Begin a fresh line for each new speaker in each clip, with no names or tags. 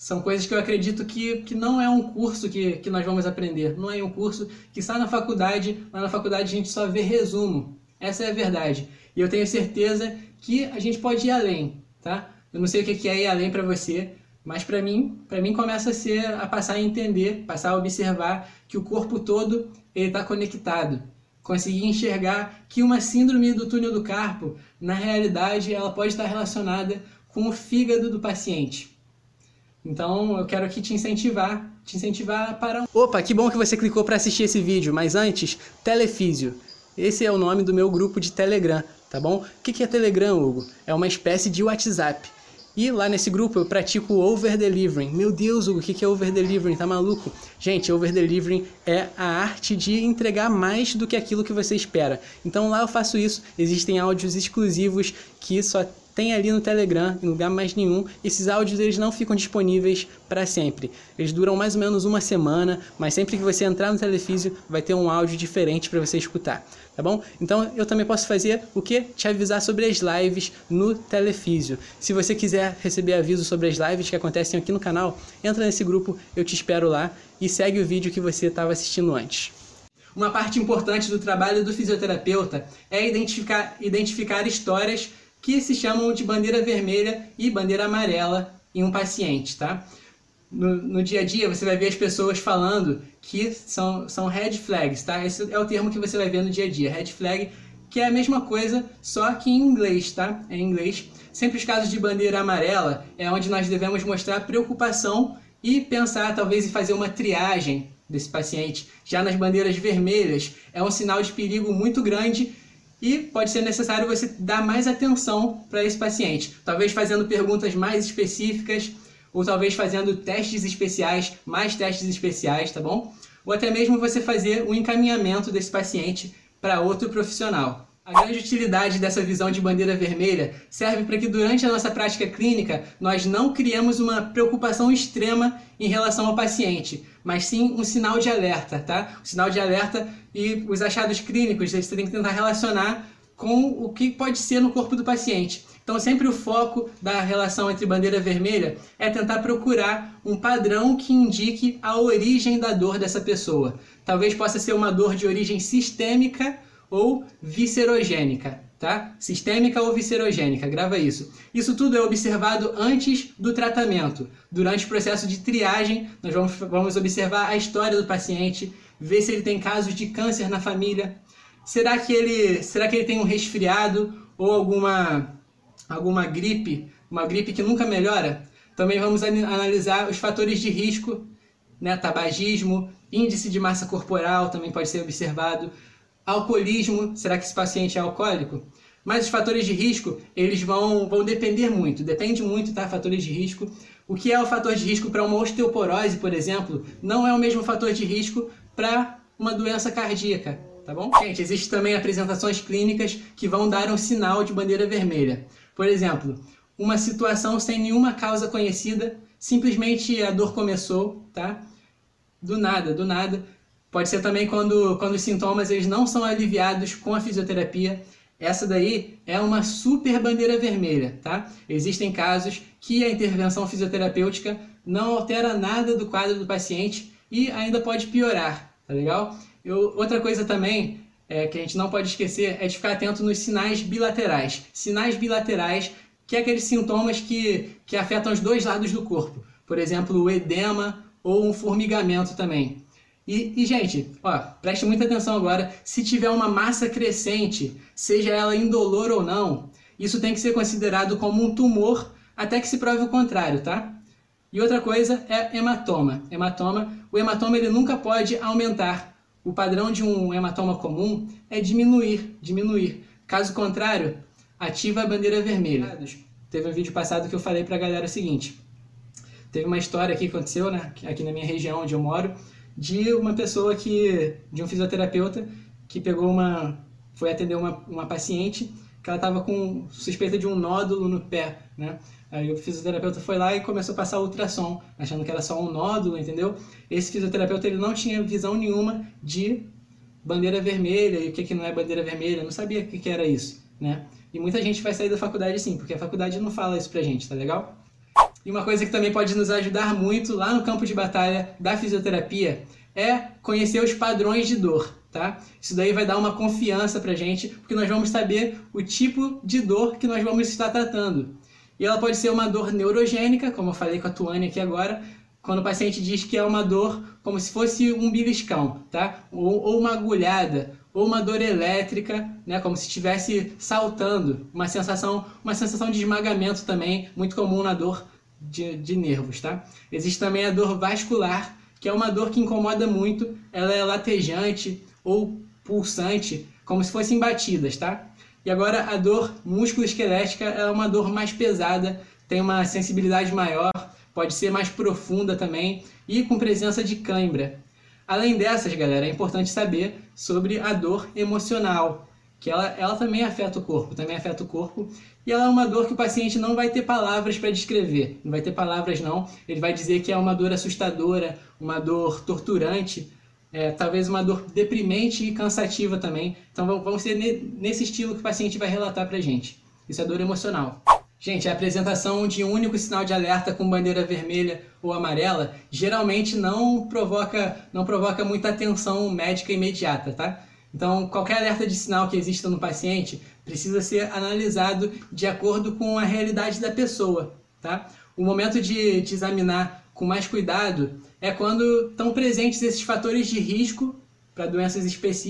São coisas que eu acredito que não é um curso que nós vamos aprender. Não é um curso que está na faculdade, lá na faculdade a gente só vê resumo. Essa é a verdade. E eu tenho certeza que a gente pode ir além, tá? Eu não sei o que é ir além para você, mas para mim começa a passar a entender, passar a observar que o corpo todo está conectado. Conseguir enxergar que uma síndrome do túnel do carpo, na realidade, ela pode estar relacionada com o fígado do paciente. Então eu quero aqui te incentivar a parar. Opa, que bom que você clicou para assistir esse vídeo, mas antes, Telefísio. Esse é o nome do meu grupo de Telegram, tá bom? O que é Telegram, Hugo? É uma espécie de WhatsApp. E lá nesse grupo eu pratico over-delivering. Meu Deus, Hugo, o que é over-delivering? Tá maluco? Gente, over-delivering é a arte de entregar mais do que aquilo que você espera. Então lá eu faço isso. Existem áudios exclusivos que só tem ali no Telegram, em lugar mais nenhum. Esses áudios eles não ficam disponíveis para sempre. Eles duram mais ou menos uma semana, mas sempre que você entrar no Telefísio vai ter um áudio diferente para você escutar, tá bom? Então eu também posso fazer o quê? Te avisar sobre as lives no Telefísio. Se você quiser receber aviso sobre as lives que acontecem aqui no canal, entra nesse grupo, eu te espero lá e segue o vídeo que você estava assistindo antes. Uma parte importante do trabalho do fisioterapeuta é identificar histórias que se chamam de bandeira vermelha e bandeira amarela em um paciente, tá? No dia a dia você vai ver as pessoas falando que são red flags, tá? Esse é o termo que você vai ver no dia a dia, red flag, que é a mesma coisa, só que em inglês, tá? É em inglês. Sempre os casos de bandeira amarela é onde nós devemos mostrar preocupação e pensar talvez em fazer uma triagem desse paciente. Já nas bandeiras vermelhas é um sinal de perigo muito grande e pode ser necessário você dar mais atenção para esse paciente. Talvez fazendo perguntas mais específicas, ou talvez fazendo testes especiais, mais testes especiais, tá bom? Ou até mesmo você fazer um encaminhamento desse paciente para outro profissional. A grande utilidade dessa visão de bandeira vermelha serve para que durante a nossa prática clínica nós não criemos uma preocupação extrema em relação ao paciente, mas sim um sinal de alerta, tá? O sinal de alerta e os achados clínicos você tem que tentar relacionar com o que pode ser no corpo do paciente. Então sempre o foco da relação entre bandeira vermelha é tentar procurar um padrão que indique a origem da dor dessa pessoa. Talvez possa ser uma dor de origem sistêmica ou viscerogênica, tá? Sistêmica ou viscerogênica, grava isso. Isso tudo é observado antes do tratamento. Durante o processo de triagem, nós vamos observar a história do paciente, ver se ele tem casos de câncer na família. Será que ele tem um resfriado ou alguma gripe, uma gripe que nunca melhora? Também vamos analisar os fatores de risco, né? Tabagismo, índice de massa corporal também pode ser observado. Alcoolismo, será que esse paciente é alcoólico? Mas os fatores de risco, eles vão depender muito, depende muito, tá? Fatores de risco. O que é o fator de risco para uma osteoporose, por exemplo, não é o mesmo fator de risco para uma doença cardíaca, tá bom? Gente, existem também apresentações clínicas que vão dar um sinal de bandeira vermelha. Por exemplo, uma situação sem nenhuma causa conhecida, simplesmente a dor começou, tá? Do nada. Pode ser também quando os sintomas eles não são aliviados com a fisioterapia. Essa daí é uma super bandeira vermelha, tá? Existem casos que a intervenção fisioterapêutica não altera nada do quadro do paciente e ainda pode piorar, tá legal? Outra coisa também que a gente não pode esquecer é de ficar atento nos sinais bilaterais. Sinais bilaterais, que é aqueles sintomas que afetam os dois lados do corpo. Por exemplo, o edema ou um formigamento também. E gente, ó, preste muita atenção agora, se tiver uma massa crescente, seja ela indolor ou não, isso tem que ser considerado como um tumor até que se prove o contrário, tá? E outra coisa é hematoma. O hematoma ele nunca pode aumentar. O padrão de um hematoma comum é diminuir. Caso contrário, ativa a bandeira vermelha. Teve um vídeo passado que eu falei pra galera o seguinte, teve uma história aqui que aconteceu, né, aqui na minha região onde eu moro, de uma pessoa de um fisioterapeuta que foi atender uma paciente que ela estava com suspeita de um nódulo no pé, né? Aí o fisioterapeuta foi lá e começou a passar ultrassom, achando que era só um nódulo, entendeu? Esse fisioterapeuta ele não tinha visão nenhuma de bandeira vermelha e o que não é bandeira vermelha, não sabia o que era isso, né? E muita gente vai sair da faculdade assim, porque a faculdade não fala isso pra gente, tá legal? E uma coisa que também pode nos ajudar muito lá no campo de batalha da fisioterapia é conhecer os padrões de dor, tá? Isso daí vai dar uma confiança pra gente, porque nós vamos saber o tipo de dor que nós vamos estar tratando. E ela pode ser uma dor neurogênica, como eu falei com a Tuane aqui agora, quando o paciente diz que é uma dor como se fosse um beliscão, tá? Ou uma agulhada, ou uma dor elétrica, né? Como se estivesse saltando, uma sensação de esmagamento também, muito comum na dor de nervos, tá? Existe também a dor vascular, que é uma dor que incomoda muito, ela é latejante ou pulsante, como se fossem batidas, tá? E agora a dor músculo-esquelética é uma dor mais pesada, tem uma sensibilidade maior, pode ser mais profunda também e com presença de cãibra. Além dessas, galera, é importante saber sobre a dor emocional, que ela também afeta o corpo, e ela é uma dor que o paciente não vai ter palavras para descrever, não vai ter palavras não, ele vai dizer que é uma dor assustadora, uma dor torturante, talvez uma dor deprimente e cansativa também, então vamos ser nesse estilo que o paciente vai relatar para a gente, isso é dor emocional. Gente, a apresentação de um único sinal de alerta com bandeira vermelha ou amarela geralmente não provoca muita atenção médica imediata, tá? Então, qualquer alerta de sinal que exista no paciente precisa ser analisado de acordo com a realidade da pessoa, tá? O momento de examinar com mais cuidado é quando estão presentes esses fatores de risco para doenças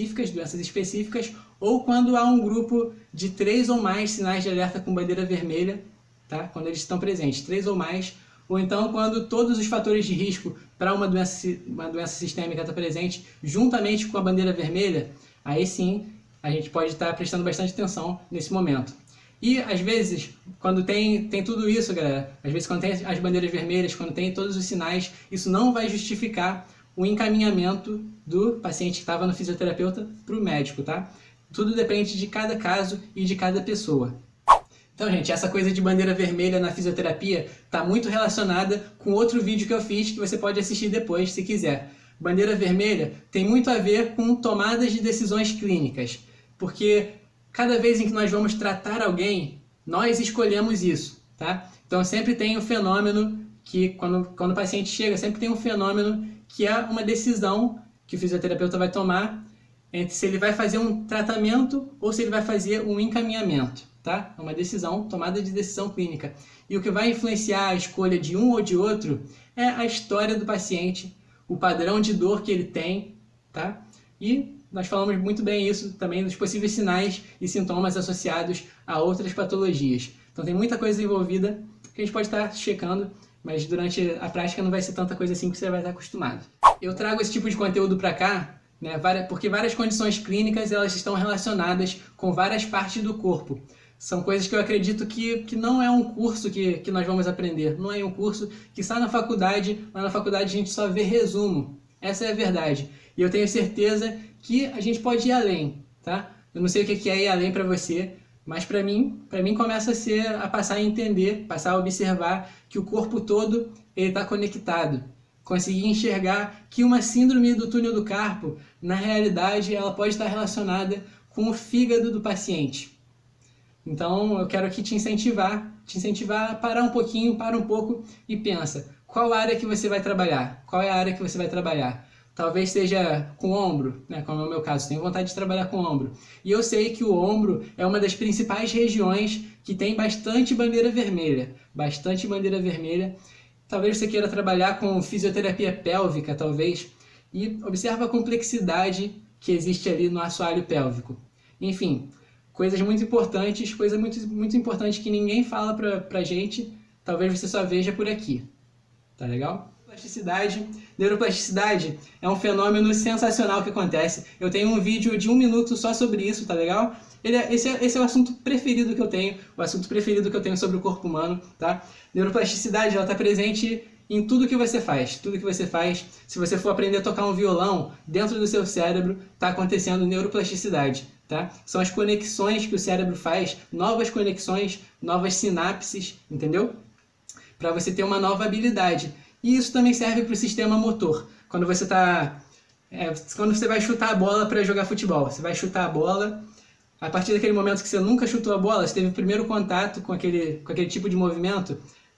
específicas, ou quando há um grupo de 3 ou mais sinais de alerta com bandeira vermelha, tá? Quando eles estão presentes, 3 ou mais, ou então quando todos os fatores de risco para uma doença sistêmica estão presentes, juntamente com a bandeira vermelha, aí sim a gente pode estar prestando bastante atenção nesse momento. E às vezes, quando tem tudo isso, galera, às vezes quando tem as bandeiras vermelhas, quando tem todos os sinais, isso não vai justificar o encaminhamento do paciente que estava no fisioterapeuta para o médico, tá? Tudo depende de cada caso e de cada pessoa. Então, gente, essa coisa de bandeira vermelha na fisioterapia está muito relacionada com outro vídeo que eu fiz que você pode assistir depois, se quiser. Bandeira vermelha tem muito a ver com tomadas de decisões clínicas, porque cada vez em que nós vamos tratar alguém, nós escolhemos isso, tá? Então, sempre tem um fenômeno que, quando o paciente chega, sempre tem um fenômeno que é uma decisão que o fisioterapeuta vai tomar entre se ele vai fazer um tratamento ou se ele vai fazer um encaminhamento, tá? É uma decisão, tomada de decisão clínica. E o que vai influenciar a escolha de um ou de outro é a história do paciente, o padrão de dor que ele tem, tá? E nós falamos muito bem isso também dos possíveis sinais e sintomas associados a outras patologias. Então tem muita coisa envolvida que a gente pode estar checando, mas durante a prática não vai ser tanta coisa assim que você vai estar acostumado. Eu trago esse tipo de conteúdo para cá, né, porque várias condições clínicas elas estão relacionadas com várias partes do corpo. São coisas que eu acredito que não é um curso que nós vamos aprender, não é um curso que está na faculdade, mas na faculdade a gente só vê resumo. Essa é a verdade. E eu tenho certeza que a gente pode ir além, tá? Eu não sei o que é ir além para você, mas para mim começa a passar a entender, passar a observar que o corpo todo está conectado. Conseguir enxergar que uma síndrome do túnel do carpo, na realidade, ela pode estar relacionada com o fígado do paciente. Então, eu quero aqui te incentivar a parar um pouquinho, para um pouco e pensa, qual área que você vai trabalhar? Qual é a área que você vai trabalhar? Talvez seja com o ombro, né? Como é o meu caso, tenho vontade de trabalhar com o ombro. E eu sei que o ombro é uma das principais regiões que tem bastante bandeira vermelha. Talvez você queira trabalhar com fisioterapia pélvica, talvez. E observa a complexidade que existe ali no assoalho pélvico. Enfim, coisas muito importantes, muito importantes que ninguém fala pra gente, talvez você só veja por aqui. Tá legal? Neuroplasticidade é um fenômeno sensacional que acontece. Eu tenho um vídeo de 1 minuto só sobre isso, tá legal? Esse é o assunto preferido que eu tenho, sobre o corpo humano, tá? Neuroplasticidade, ela está presente em tudo que você faz. Se você for aprender a tocar um violão, dentro do seu cérebro está acontecendo neuroplasticidade, tá? São as conexões que o cérebro faz, novas conexões, novas sinapses, entendeu? Para você ter uma nova habilidade. E isso também serve para o sistema motor. Quando você vai chutar a bola para jogar futebol, você vai chutar a bola, a partir daquele momento que você nunca chutou a bola, você teve o primeiro contato com aquele tipo de movimento,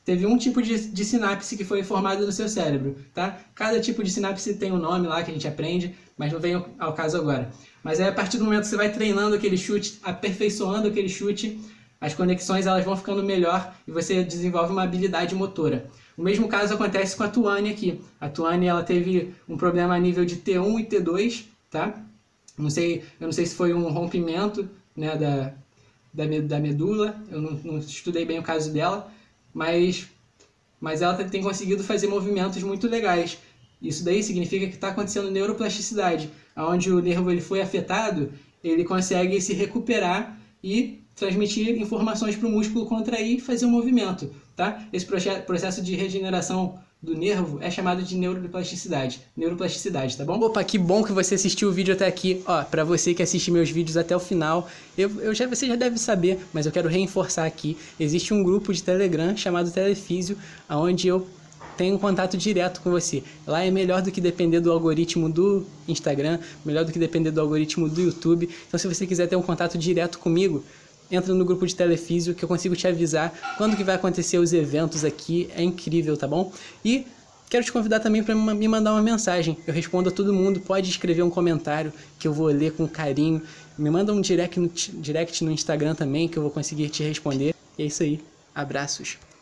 teve um tipo de sinapse que foi formada no seu cérebro, tá? Cada tipo de sinapse tem um nome lá que a gente aprende, mas não vem ao caso agora. Mas aí, a partir do momento que você vai treinando aquele chute, aperfeiçoando aquele chute, as conexões elas vão ficando melhor e você desenvolve uma habilidade motora. O mesmo caso acontece com a Tuane aqui. A Tuane ela teve um problema a nível de T1 e T2, tá? Eu não sei se foi um rompimento, né, da medula, eu não estudei bem o caso dela, mas ela tem conseguido fazer movimentos muito legais. Isso daí significa que está acontecendo neuroplasticidade, onde o nervo ele foi afetado, ele consegue se recuperar e transmitir informações para o músculo contrair e fazer um movimento, tá? Esse processo de regeneração do nervo é chamado de neuroplasticidade, tá bom? Opa, que bom que você assistiu o vídeo até aqui. Ó, para você que assiste meus vídeos até o final, você já deve saber, mas eu quero reforçar aqui. Existe um grupo de Telegram chamado Telefísio, onde eu tenho um contato direto com você. Lá é melhor do que depender do algoritmo do Instagram, melhor do que depender do algoritmo do YouTube. Então, se você quiser ter um contato direto comigo, entra no grupo de Telefísio que eu consigo te avisar quando que vai acontecer os eventos aqui. É incrível, tá bom? E quero te convidar também para me mandar uma mensagem. Eu respondo a todo mundo. Pode escrever um comentário que eu vou ler com carinho. Me manda um direct no Instagram também que eu vou conseguir te responder. E é isso aí. Abraços.